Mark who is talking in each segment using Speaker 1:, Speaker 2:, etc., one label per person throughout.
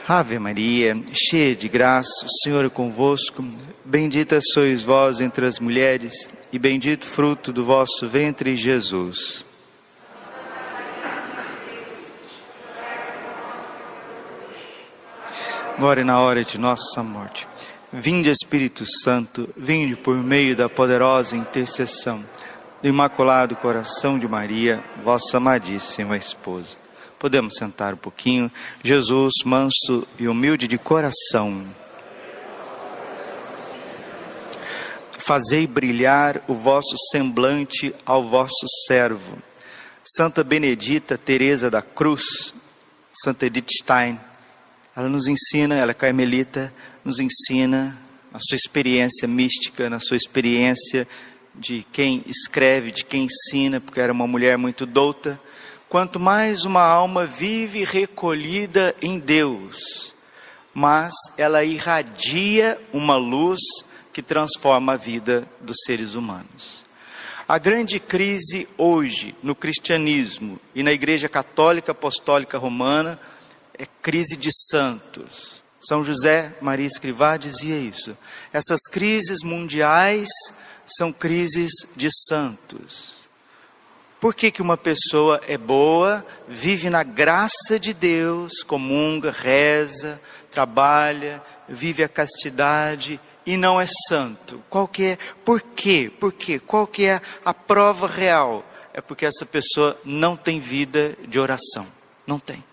Speaker 1: Ave Maria, cheia de graça, o Senhor é convosco. Bendita sois vós entre as mulheres, e bendito fruto do vosso ventre, Jesus. Agora e na hora de nossa morte. Vinde, Espírito Santo, vinde por meio da poderosa intercessão do Imaculado Coração de Maria, vossa amadíssima esposa. Podemos sentar um pouquinho. Jesus, manso e humilde de coração, fazei brilhar o vosso semblante ao vosso servo. Santa Benedita Teresa da Cruz, Santa Edith Stein, ela nos ensina, ela é carmelita, nos ensina a sua experiência mística, na sua experiência de quem escreve, de quem ensina, porque era uma mulher muito douta. Quanto mais uma alma vive recolhida em Deus, mas ela irradia uma luz que transforma a vida dos seres humanos. A grande crise hoje no cristianismo e na Igreja Católica Apostólica Romana é crise de santos. São José Maria Escrivá dizia isso. Essas crises mundiais são crises de santos. Por que uma pessoa é boa, vive na graça de Deus, comunga, reza, trabalha, vive a castidade e não é santo? Por quê? Qual que é a prova real? É porque essa pessoa não tem vida de oração. Não tem.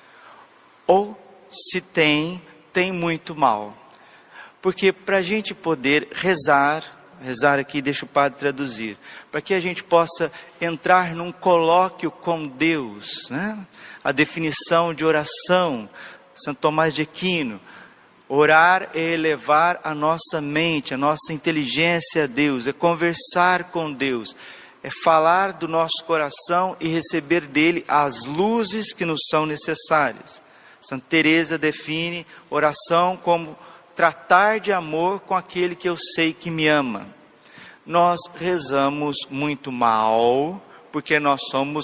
Speaker 1: Ou se tem muito mal. Porque para a gente poder rezar aqui, deixa o padre traduzir, para que a gente possa entrar num colóquio com Deus, né? A definição de oração, Santo Tomás de Aquino, orar é elevar a nossa mente, a nossa inteligência a Deus, é conversar com Deus, é falar do nosso coração e receber dele as luzes que nos são necessárias. Santa Teresa define oração como tratar de amor com aquele que eu sei que me ama. Nós rezamos muito mal, porque nós somos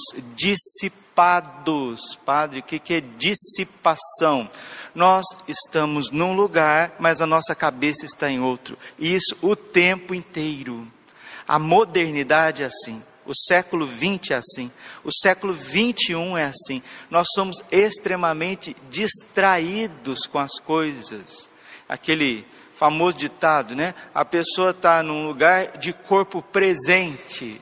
Speaker 1: dissipados. Padre, o que é dissipação? Nós estamos num lugar, mas a nossa cabeça está em outro. E isso o tempo inteiro. A modernidade é assim. O século XX é assim. O século XXI é assim. Nós somos extremamente distraídos com as coisas. Aquele famoso ditado, né? A pessoa está num lugar de corpo presente,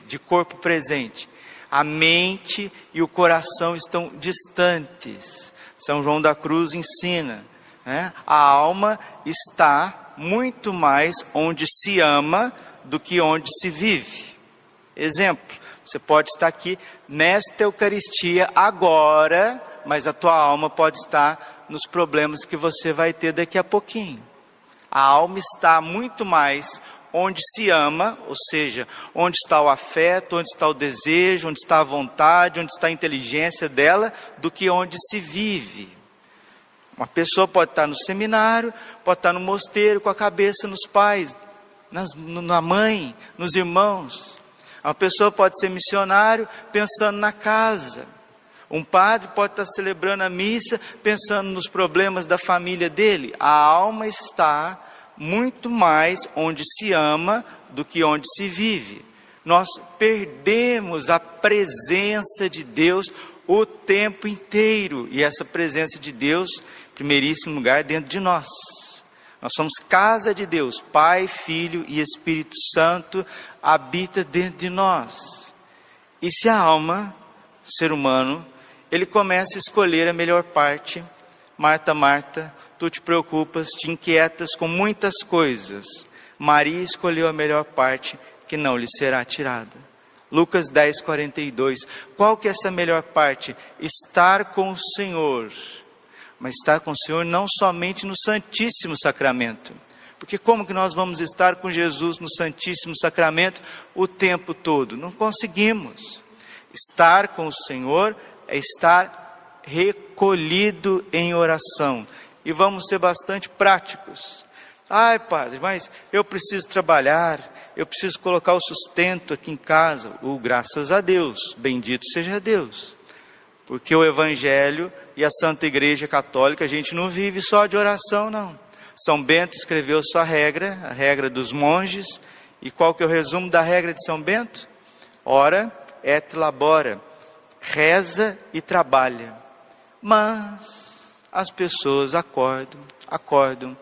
Speaker 1: A mente e o coração estão distantes. São João da Cruz ensina, né? A alma está muito mais onde se ama do que onde se vive. Exemplo, você pode estar aqui nesta Eucaristia agora, mas a tua alma pode estar nos problemas que você vai ter daqui a pouquinho. A alma está muito mais onde se ama, ou seja, onde está o afeto, onde está o desejo, onde está a vontade, onde está a inteligência dela, do que onde se vive. Uma pessoa pode estar no seminário, pode estar no mosteiro com a cabeça nos pais, na mãe, nos irmãos. Uma pessoa pode ser missionário pensando na casa. Um padre pode estar celebrando a missa pensando nos problemas da família dele. A alma está muito mais onde se ama do que onde se vive. Nós perdemos a presença de Deus o tempo inteiro. E essa presença de Deus, em primeiríssimo lugar, dentro de nós. Nós somos casa de Deus, Pai, Filho e Espírito Santo habita dentro de nós. E se a alma, o ser humano, ele começa a escolher a melhor parte. Marta, Marta, tu te preocupas, te inquietas com muitas coisas. Maria escolheu a melhor parte que não lhe será tirada. Lucas 10, 42. Qual que é essa melhor parte? Estar com o Senhor. Mas estar com o Senhor não somente no Santíssimo Sacramento. Porque como que nós vamos estar com Jesus no Santíssimo Sacramento o tempo todo? Não conseguimos. Estar com o Senhor é estar recolhido em oração. E vamos ser bastante práticos. Ai, padre, mas eu preciso trabalhar, eu preciso colocar o sustento aqui em casa. Graças a Deus, bendito seja Deus. Porque o Evangelho e a Santa Igreja Católica, a gente não vive só de oração, não. São Bento escreveu sua regra, a regra dos monges. E qual que é o resumo da regra de São Bento? Ora et labora, reza e trabalha. Mas as pessoas acordam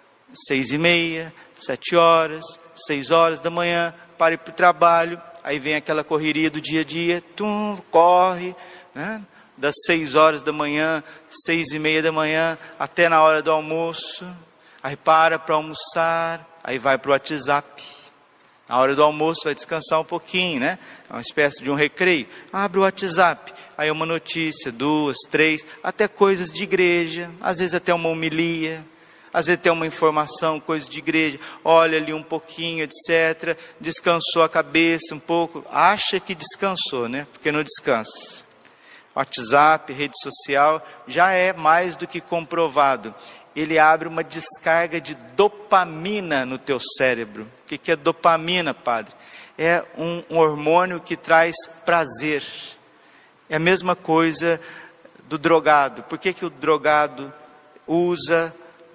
Speaker 1: 6h30, 7h, 6h da manhã, para ir para o trabalho. Aí vem aquela correria do dia a dia, corre, né? Das 6h da manhã, 6h30 da manhã, até na hora do almoço. Aí para almoçar, aí vai para o WhatsApp. Na hora do almoço vai descansar um pouquinho, né? É uma espécie de um recreio. Abre o WhatsApp, aí uma notícia, 2, 3, até coisas de igreja, às vezes até uma homilia, às vezes até uma informação, coisa de igreja. Olha ali um pouquinho, etc. Descansou a cabeça um pouco, acha que descansou, né? Porque não descansa. WhatsApp, rede social, já é mais do que comprovado. Ele abre uma descarga de dopamina no teu cérebro. O que é dopamina, padre? É um hormônio que traz prazer. É a mesma coisa do drogado. Por que o drogado usa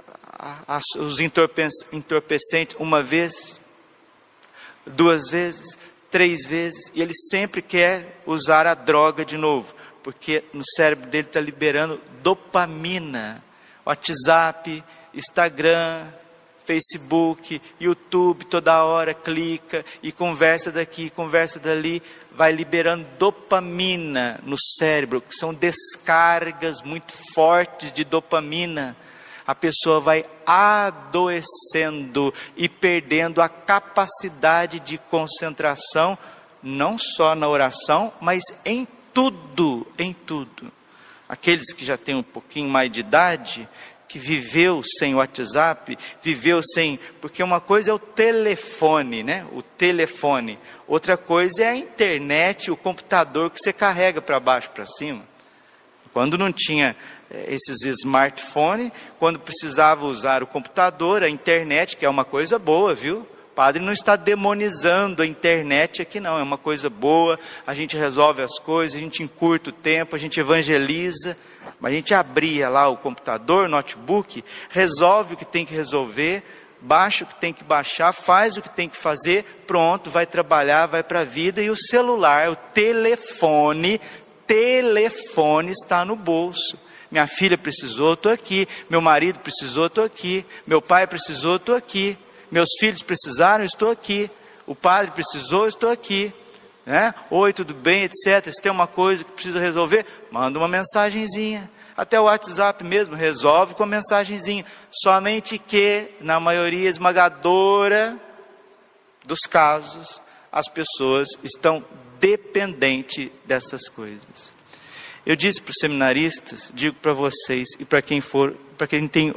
Speaker 1: os entorpecentes uma vez, 2 vezes, 3 vezes, e ele sempre quer usar a droga de novo? Porque no cérebro dele está liberando dopamina. WhatsApp, Instagram, Facebook, YouTube, toda hora clica e conversa daqui, conversa dali, vai liberando dopamina no cérebro, que são descargas muito fortes de dopamina. A pessoa vai adoecendo e perdendo a capacidade de concentração, não só na oração, mas em tudo, em tudo. Aqueles que já têm um pouquinho mais de idade, que viveu sem WhatsApp, viveu sem... Porque uma coisa é o telefone, né? O telefone. Outra coisa é a internet, o computador que você carrega para baixo, para cima. Quando não tinha esses smartphones, quando precisava usar o computador, a internet, que é uma coisa boa, viu? O padre não está demonizando a internet aqui não, é uma coisa boa, a gente resolve as coisas, a gente encurta o tempo, a gente evangeliza, mas a gente abria lá o computador, o notebook, resolve o que tem que resolver, baixa o que tem que baixar, faz o que tem que fazer, pronto, vai trabalhar, vai para a vida, e o celular, o telefone está no bolso. Minha filha precisou, estou aqui, meu marido precisou, estou aqui, meu pai precisou, estou aqui. Meus filhos precisaram, estou aqui. O padre precisou, estou aqui. Né? Oi, tudo bem, etc. Se tem uma coisa que precisa resolver, manda uma mensagenzinha. Até o WhatsApp mesmo, resolve com a mensagenzinha. Somente que, na maioria esmagadora dos casos, as pessoas estão dependentes dessas coisas. Eu disse para os seminaristas, digo para vocês e para quem tem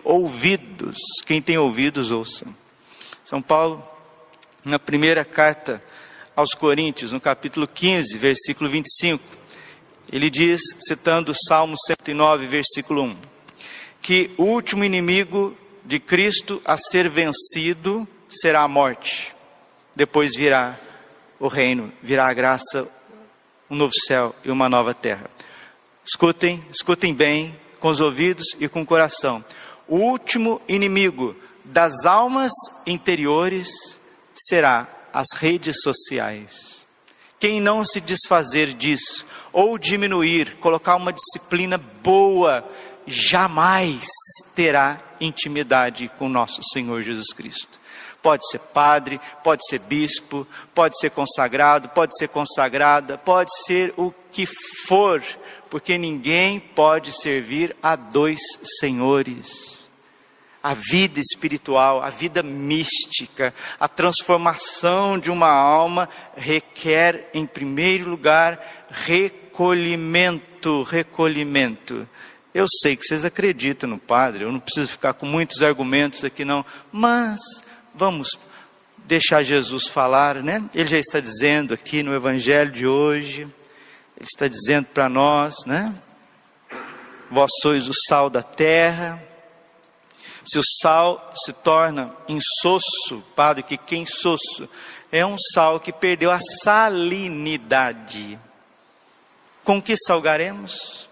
Speaker 1: ouvidos, ouçam. São Paulo, na primeira carta aos Coríntios, no capítulo 15, versículo 25, ele diz, citando o Salmo 109, versículo 1, que o último inimigo de Cristo a ser vencido será a morte. Depois virá o reino, virá a graça, um novo céu e uma nova terra. Escutem bem, com os ouvidos e com o coração. O último inimigo das almas interiores será as redes sociais. Quem não se desfazer disso, ou diminuir, colocar uma disciplina boa, jamais terá intimidade com nosso Senhor Jesus Cristo. Pode ser padre, pode ser bispo, pode ser consagrado, pode ser consagrada, pode ser o que for, porque ninguém pode servir a 2 senhores. A vida espiritual, a vida mística, a transformação de uma alma requer, em primeiro lugar, recolhimento. Eu sei que vocês acreditam no padre, eu não preciso ficar com muitos argumentos aqui não, mas vamos deixar Jesus falar, né? Ele já está dizendo aqui no Evangelho de hoje, ele está dizendo para nós, né? Vós sois o sal da terra. Se o sal se torna insosso, padre, que é insosso? É um sal que perdeu a salinidade. Com que salgaremos?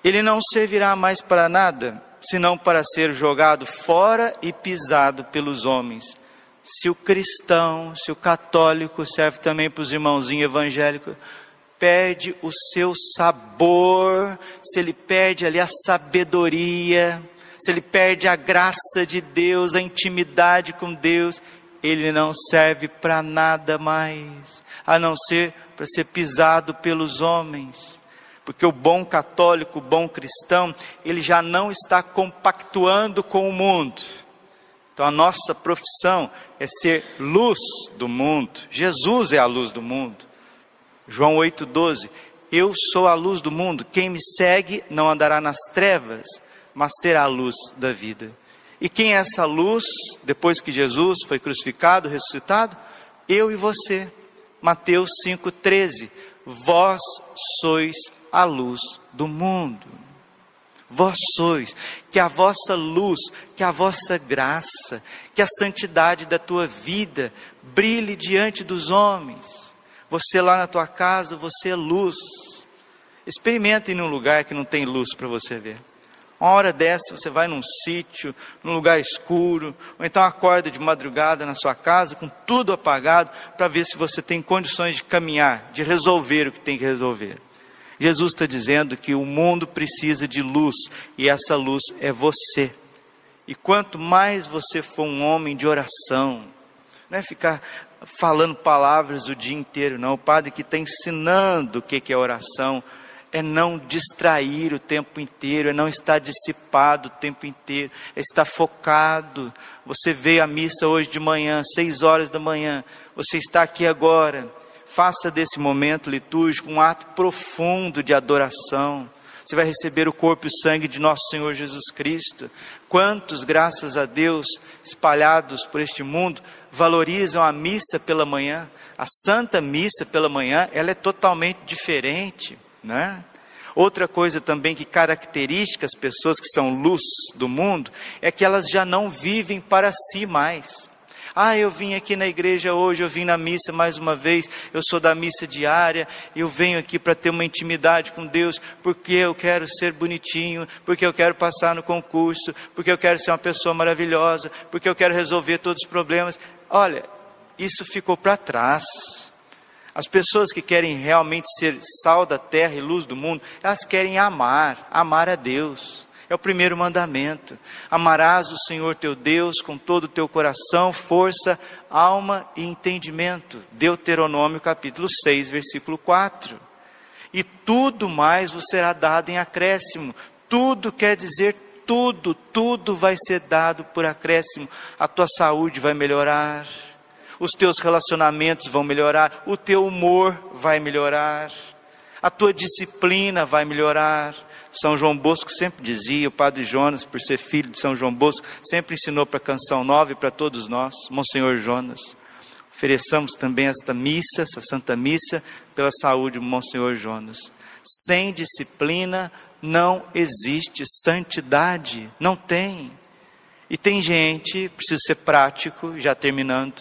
Speaker 1: ele não servirá mais para nada, senão para ser jogado fora e pisado pelos homens. Se o cristão, se o católico, serve também para os irmãozinhos evangélicos, perde o seu sabor, se ele perde ali a sabedoria, se ele perde a graça de Deus, a intimidade com Deus, ele não serve para nada mais, a não ser para ser pisado pelos homens. Porque o bom católico, o bom cristão, ele já não está compactuando com o mundo. Então a nossa profissão é ser luz do mundo. Jesus é a luz do mundo. João 8,12, eu sou a luz do mundo, quem me segue não andará nas trevas, mas terá a luz da vida. E quem é essa luz, depois que Jesus foi crucificado, ressuscitado? Eu e você. Mateus 5,13, vós sois a luz do mundo. Vós sois, que a vossa luz, que a vossa graça, que a santidade da tua vida brilhe diante dos homens. Você lá na tua casa, você é luz. Experimenta ir num lugar que não tem luz para você ver. Uma hora dessa você vai num sítio, num lugar escuro, ou então acorda de madrugada na sua casa com tudo apagado, para ver se você tem condições de caminhar, de resolver o que tem que resolver. Jesus está dizendo que o mundo precisa de luz, e essa luz é você. E quanto mais você for um homem de oração, não é ficar falando palavras o dia inteiro, não. O padre que está ensinando o que é oração, é não distrair o tempo inteiro, é não estar dissipado o tempo inteiro, é estar focado. Você veio à missa hoje de manhã, 6 horas da manhã, você está aqui agora. Faça desse momento litúrgico um ato profundo de adoração. Você vai receber o corpo e o sangue de nosso Senhor Jesus Cristo. Quantos, graças a Deus, espalhados por este mundo, valorizam a missa pela manhã? A Santa Missa pela manhã, ela é totalmente diferente, né? Outra coisa também que caracteriza as pessoas que são luz do mundo, é que elas já não vivem para si mais. Eu vim aqui na igreja hoje, eu vim na missa mais uma vez, eu sou da missa diária, eu venho aqui para ter uma intimidade com Deus, porque eu quero ser bonitinho, porque eu quero passar no concurso, porque eu quero ser uma pessoa maravilhosa, porque eu quero resolver todos os problemas. Olha, isso ficou para trás. As pessoas que querem realmente ser sal da terra e luz do mundo, elas querem amar a Deus. É o primeiro mandamento. Amarás o Senhor teu Deus com todo o teu coração, força, alma e entendimento. Deuteronômio capítulo 6, versículo 4. E tudo mais vos será dado em acréscimo. Tudo quer dizer tudo vai ser dado por acréscimo. A tua saúde vai melhorar, os teus relacionamentos vão melhorar, o teu humor vai melhorar, a tua disciplina vai melhorar. São João Bosco sempre dizia, o Padre Jonas, por ser filho de São João Bosco, sempre ensinou para a Canção Nova e para todos nós, Monsenhor Jonas. Ofereçamos também esta missa, essa Santa Missa, pela saúde do Monsenhor Jonas. Sem disciplina não existe santidade, não tem. E tem gente, preciso ser prático, já terminando,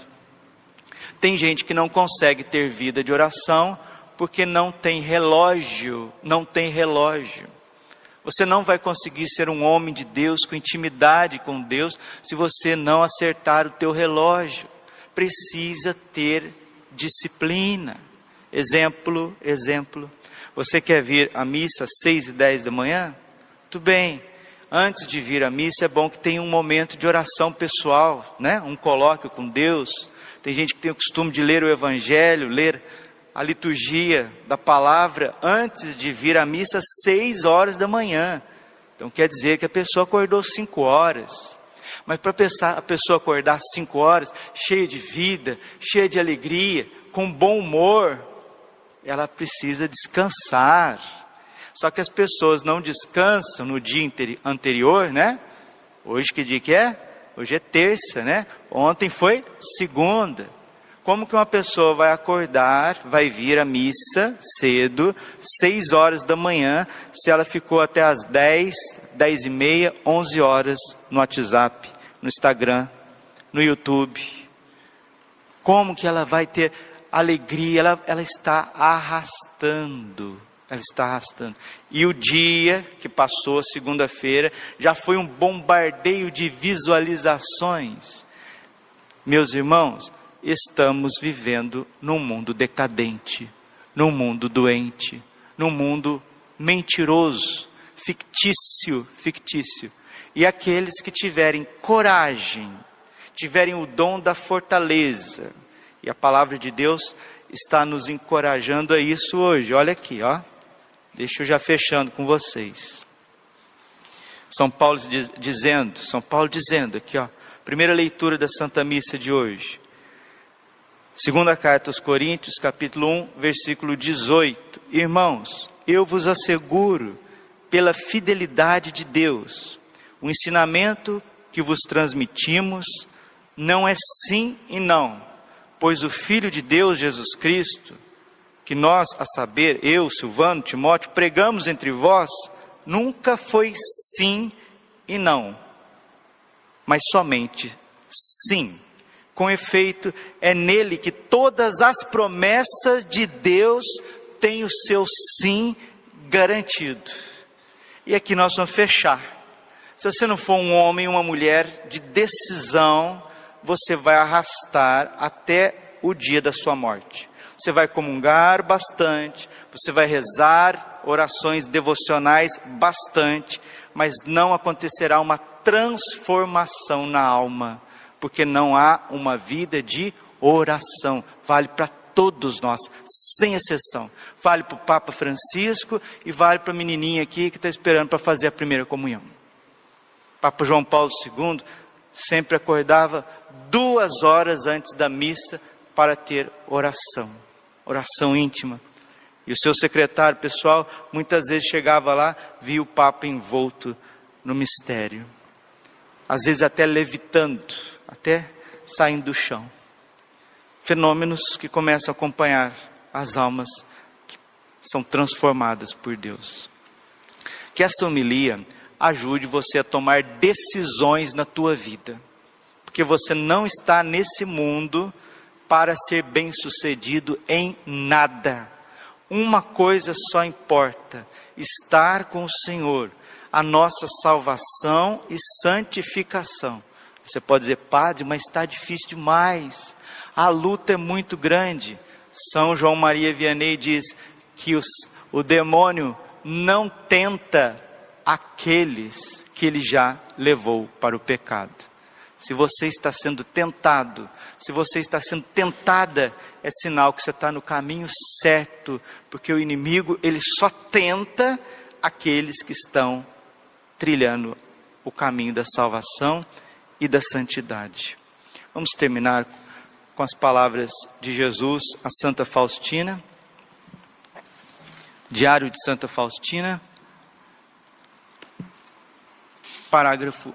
Speaker 1: tem gente que não consegue ter vida de oração, porque não tem relógio. Você não vai conseguir ser um homem de Deus, com intimidade com Deus, se você não acertar o teu relógio. Precisa ter disciplina. Exemplo. Você quer vir à missa às 6h10 da manhã? Tudo bem. Antes de vir à missa é bom que tenha um momento de oração pessoal, né? Um colóquio com Deus. Tem gente que tem o costume de ler o Evangelho, ler a liturgia da palavra antes de vir à missa às 6 horas da manhã. Então quer dizer que a pessoa acordou 5 horas. Mas para a pessoa acordar 5 horas, cheia de vida, cheia de alegria, com bom humor, ela precisa descansar. Só que as pessoas não descansam no dia anterior, né? Hoje que dia que é? Hoje é terça, né? Ontem foi segunda. Como que uma pessoa vai acordar, vai vir à missa cedo, 6 horas da manhã, se ela ficou até as 10, 10h30, 11 horas no WhatsApp, no Instagram, no YouTube? Como que ela vai ter alegria? Ela está arrastando Ela está arrastando. E o dia que passou, segunda-feira, já foi um bombardeio de visualizações. Meus irmãos, estamos vivendo num mundo decadente, num mundo doente, num mundo mentiroso, fictício. E aqueles que tiverem coragem, tiverem o dom da fortaleza, e a palavra de Deus está nos encorajando a isso hoje. Olha aqui, ó. Deixa eu já fechando com vocês. São Paulo dizendo aqui, ó. Primeira leitura da Santa Missa de hoje. Segunda carta aos Coríntios, capítulo 1, versículo 18. Irmãos, eu vos asseguro, pela fidelidade de Deus, o ensinamento que vos transmitimos não é sim e não, pois o Filho de Deus, Jesus Cristo, que nós, a saber, eu, Silvano, Timóteo, pregamos entre vós, nunca foi sim e não, mas somente sim. Com efeito, é nele que todas as promessas de Deus têm o seu sim garantido. E aqui nós vamos fechar. Se você não for um homem, uma mulher de decisão, você vai arrastar até o dia da sua morte. Você vai comungar bastante, você vai rezar orações devocionais bastante, mas não acontecerá uma transformação na alma, porque não há uma vida de oração. Vale para todos nós, sem exceção. Vale para o Papa Francisco e vale para a menininha aqui que está esperando para fazer a primeira comunhão. Papa João Paulo II sempre acordava 2 horas antes da missa para ter oração íntima. E o seu secretário pessoal muitas vezes chegava lá, via o Papa envolto no mistério, às vezes até levitando, até saindo do chão. Fenômenos que começam a acompanhar as almas que são transformadas por Deus. Que essa homilia ajude você a tomar decisões na tua vida, porque você não está nesse mundo para ser bem-sucedido em nada. Uma coisa só importa: estar com o Senhor, a nossa salvação e santificação. Você pode dizer, padre, mas está difícil demais, a luta é muito grande. São João Maria Vianney diz que o demônio não tenta aqueles que ele já levou para o pecado. Se você está sendo tentado, se você está sendo tentada, é sinal que você está no caminho certo, porque o inimigo, ele só tenta aqueles que estão trilhando o caminho da salvação e da santidade. Vamos terminar com as palavras de Jesus a Santa Faustina. Diário de Santa Faustina, parágrafo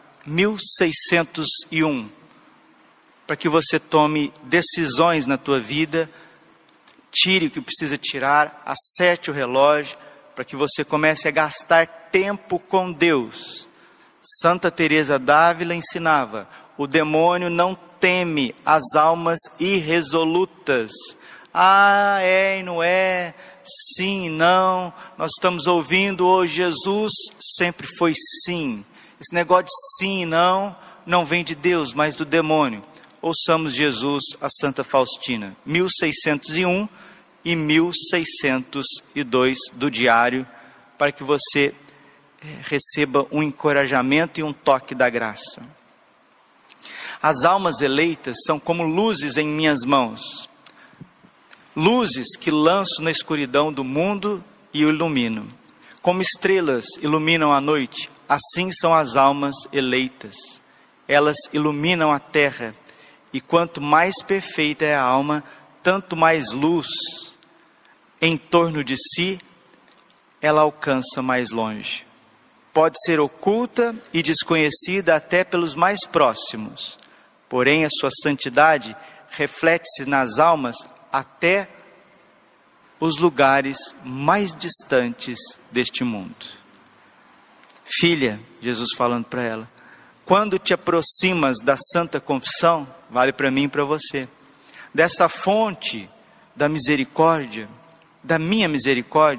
Speaker 1: 1601, para que você tome decisões na tua vida, tire o que precisa tirar, acerte o relógio, para que você comece a gastar tempo com Deus. Santa Teresa d'Ávila ensinava: o demônio não teme as almas irresolutas. Ah, é e não é, sim e não, nós estamos ouvindo hoje, Jesus sempre foi sim. Esse negócio de sim e não, não vem de Deus, mas do demônio. Ouçamos Jesus a Santa Faustina, 1601 e 1602 do diário, para que você receba um encorajamento e um toque da graça. As almas eleitas são como luzes em minhas mãos, luzes que lanço na escuridão do mundo e o ilumino. Como estrelas iluminam a noite, assim são as almas eleitas. Elas iluminam a terra, e quanto mais perfeita é a alma, tanto mais luz em torno de si ela alcança mais longe. Pode ser oculta e desconhecida até pelos mais próximos, porém a sua santidade reflete-se nas almas até os lugares mais distantes deste mundo. Filha, Jesus falando para ela, quando te aproximas da Santa Confissão, vale para mim e para você, dessa fonte da misericórdia, da minha misericórdia,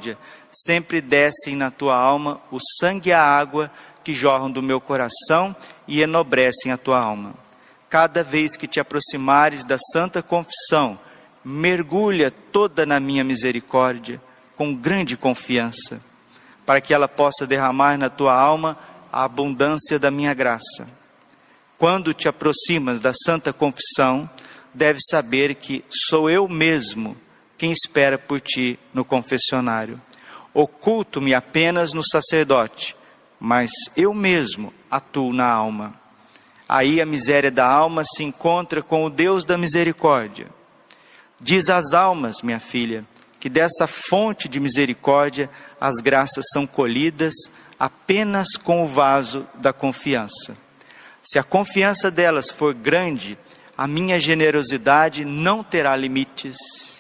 Speaker 1: sempre descem na tua alma o sangue e a água que jorram do meu coração e enobrecem a tua alma. Cada vez que te aproximares da Santa Confissão, mergulha toda na minha misericórdia, com grande confiança, para que ela possa derramar na tua alma a abundância da minha graça. Quando te aproximas da Santa Confissão, deves saber que sou eu mesmo quem espera por ti no confessionário. Oculto-me apenas no sacerdote, mas eu mesmo atuo na alma. Aí a miséria da alma se encontra com o Deus da misericórdia. Diz às almas, minha filha, que dessa fonte de misericórdia as graças são colhidas apenas com o vaso da confiança. Se a confiança delas for grande, a minha generosidade não terá limites.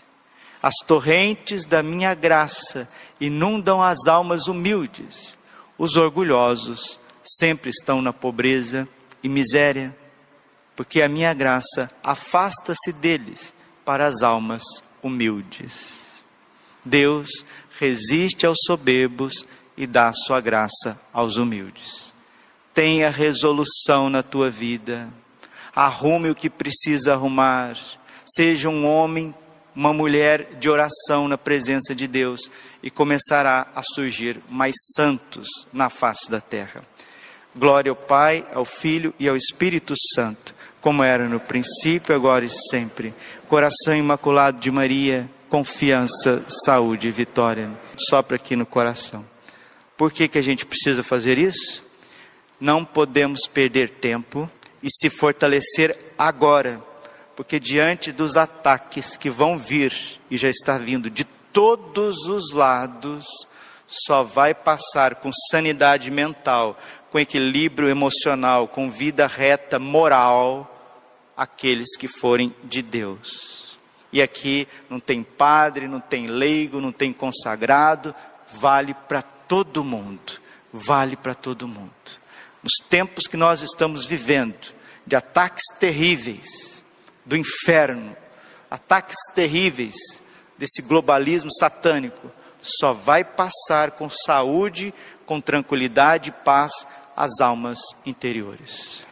Speaker 1: As torrentes da minha graça inundam as almas humildes. Os orgulhosos sempre estão na pobreza e miséria, porque a minha graça afasta-se deles para as almas humildes. Deus resiste aos soberbos e dá a sua graça aos humildes. Tenha resolução na tua vida, arrume o que precisa arrumar, seja um homem, uma mulher de oração na presença de Deus, e começará a surgir mais santos na face da terra. Glória ao Pai, ao Filho e ao Espírito Santo, como era no princípio, agora e sempre. Coração imaculado de Maria, confiança, saúde e vitória. Sopra aqui no coração. Por que a gente precisa fazer isso? Não podemos perder tempo e se fortalecer agora, porque diante dos ataques que vão vir, e já está vindo de todos os lados, só vai passar com sanidade mental, com equilíbrio emocional, com vida reta moral, aqueles que forem de Deus. E aqui não tem padre, não tem leigo, não tem consagrado, vale para todo mundo, vale para todo mundo. Nos tempos que nós estamos vivendo, de ataques terríveis do inferno, ataques terríveis desse globalismo satânico, só vai passar com saúde, com tranquilidade e paz as almas interiores.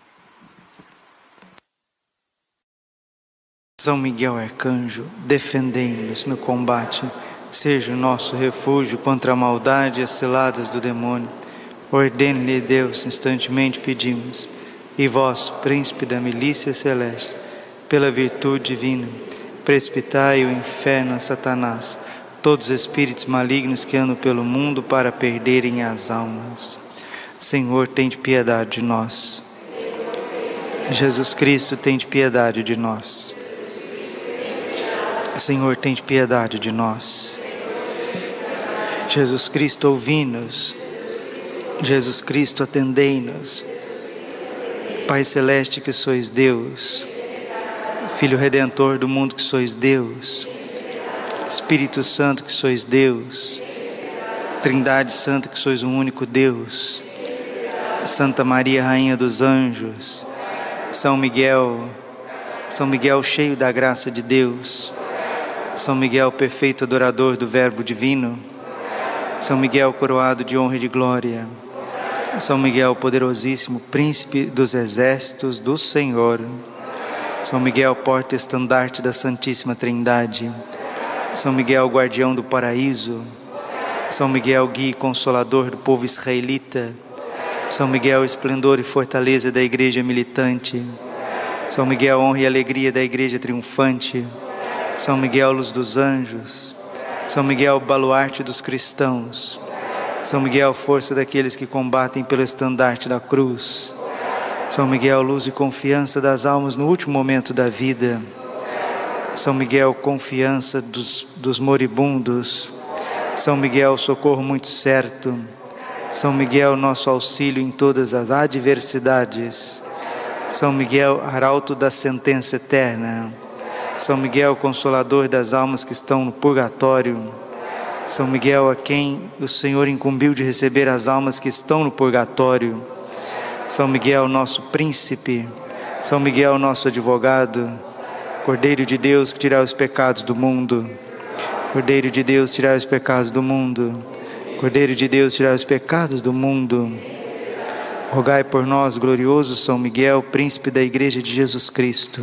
Speaker 1: São Miguel Arcanjo, defendei-nos no combate, seja o nosso refúgio contra a maldade e as ciladas do demônio. Ordene-lhe Deus, instantemente pedimos, e vós, príncipe da milícia celeste, pela virtude divina, precipitai o inferno a Satanás, todos os espíritos malignos que andam pelo mundo para perderem as almas. Senhor, tende piedade de nós. Jesus Cristo, tende piedade de nós. Senhor, tende piedade de nós. Jesus Cristo, ouvi-nos. Jesus Cristo, atendei-nos. Pai Celeste, que sois Deus, Filho Redentor do mundo, que sois Deus, Espírito Santo, que sois Deus, Trindade Santa, que sois um único Deus, Santa Maria, Rainha dos Anjos, São Miguel cheio da graça de Deus, São Miguel perfeito adorador do Verbo Divino, São Miguel coroado de honra e de glória, São Miguel poderosíssimo, príncipe dos exércitos do Senhor, São Miguel porta-estandarte da Santíssima Trindade, São Miguel guardião do paraíso, São Miguel guia e consolador do povo israelita, São Miguel esplendor e fortaleza da igreja militante, São Miguel honra e alegria da igreja triunfante, São Miguel luz dos anjos, São Miguel baluarte dos cristãos, São Miguel força daqueles que combatem pelo estandarte da cruz, São Miguel luz e confiança das almas no último momento da vida, São Miguel confiança dos moribundos, São Miguel socorro muito certo, São Miguel nosso auxílio em todas as adversidades, São Miguel arauto da sentença eterna, São Miguel consolador das almas que estão no purgatório, São Miguel a quem o Senhor incumbiu de receber as almas que estão no purgatório, São Miguel nosso príncipe, São Miguel nosso advogado, Cordeiro de Deus que tira os pecados do mundo, Cordeiro de Deus, tirai os pecados do mundo. Cordeiro de Deus, tirai os pecados do mundo. Rogai por nós, glorioso São Miguel, príncipe da Igreja de Jesus Cristo.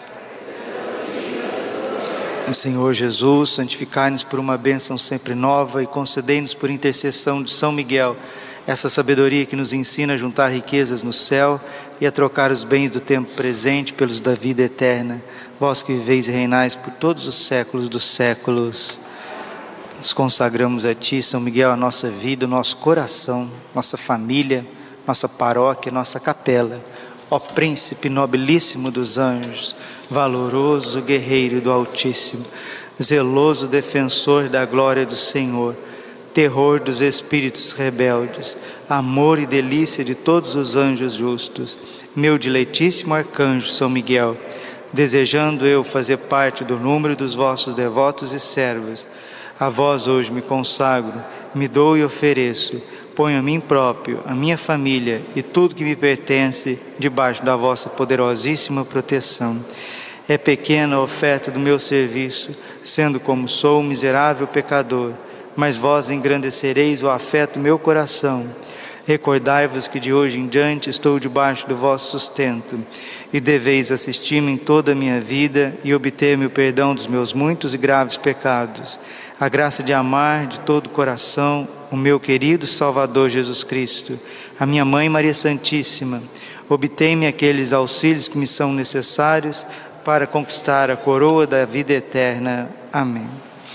Speaker 1: Senhor Jesus, santificai-nos por uma bênção sempre nova e concedei-nos por intercessão de São Miguel essa sabedoria que nos ensina a juntar riquezas no céu e a trocar os bens do tempo presente pelos da vida eterna. Vós que viveis e reinais por todos os séculos dos séculos. Nos consagramos a Ti, São Miguel, a nossa vida, o nosso coração, nossa família, nossa paróquia, nossa capela. Ó Príncipe nobilíssimo dos anjos, valoroso guerreiro do Altíssimo, zeloso defensor da glória do Senhor, terror dos espíritos rebeldes, amor e delícia de todos os anjos justos, meu diletíssimo arcanjo São Miguel, desejando eu fazer parte do número dos vossos devotos e servos, a vós hoje me consagro, me dou e ofereço, ponho a mim próprio, a minha família e tudo que me pertence debaixo da vossa poderosíssima proteção. É pequena a oferta do meu serviço, sendo como sou um miserável pecador, mas vós engrandecereis o afeto do meu coração. Recordai-vos que de hoje em diante estou debaixo do vosso sustento, e deveis assistir-me em toda a minha vida e obter-me o perdão dos meus muitos e graves pecados, a graça de amar de todo o coração o meu querido Salvador Jesus Cristo, a minha Mãe Maria Santíssima. Obtei-me aqueles auxílios que me são necessários para conquistar a coroa da vida eterna. Amém.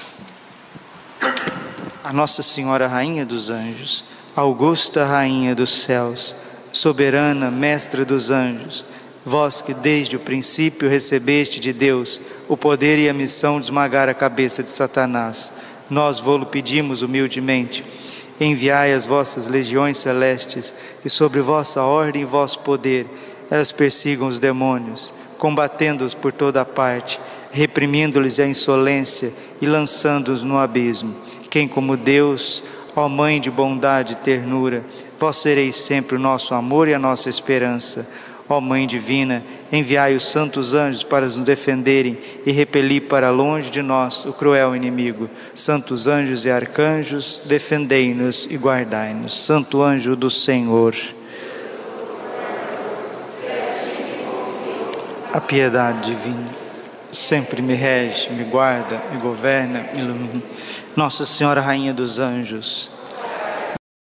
Speaker 1: A Nossa Senhora Rainha dos Anjos, augusta Rainha dos céus, soberana Mestra dos anjos, vós que desde o princípio recebeste de Deus o poder e a missão de esmagar a cabeça de Satanás, nós vô-lo pedimos humildemente. Enviai as vossas legiões celestes, que sobre vossa ordem e vosso poder elas persigam os demônios, combatendo-os por toda a parte, reprimindo-lhes a insolência e lançando-os no abismo. Quem como Deus, ó Mãe de bondade e ternura, vós sereis sempre o nosso amor e a nossa esperança. Ó Mãe divina, enviai os santos anjos para nos defenderem e repelir para longe de nós o cruel inimigo. Santos anjos e arcanjos, defendei-nos e guardai-nos. Santo anjo do Senhor, a piedade divina sempre me rege, me guarda, me governa, me ilumina. Nossa Senhora Rainha dos Anjos,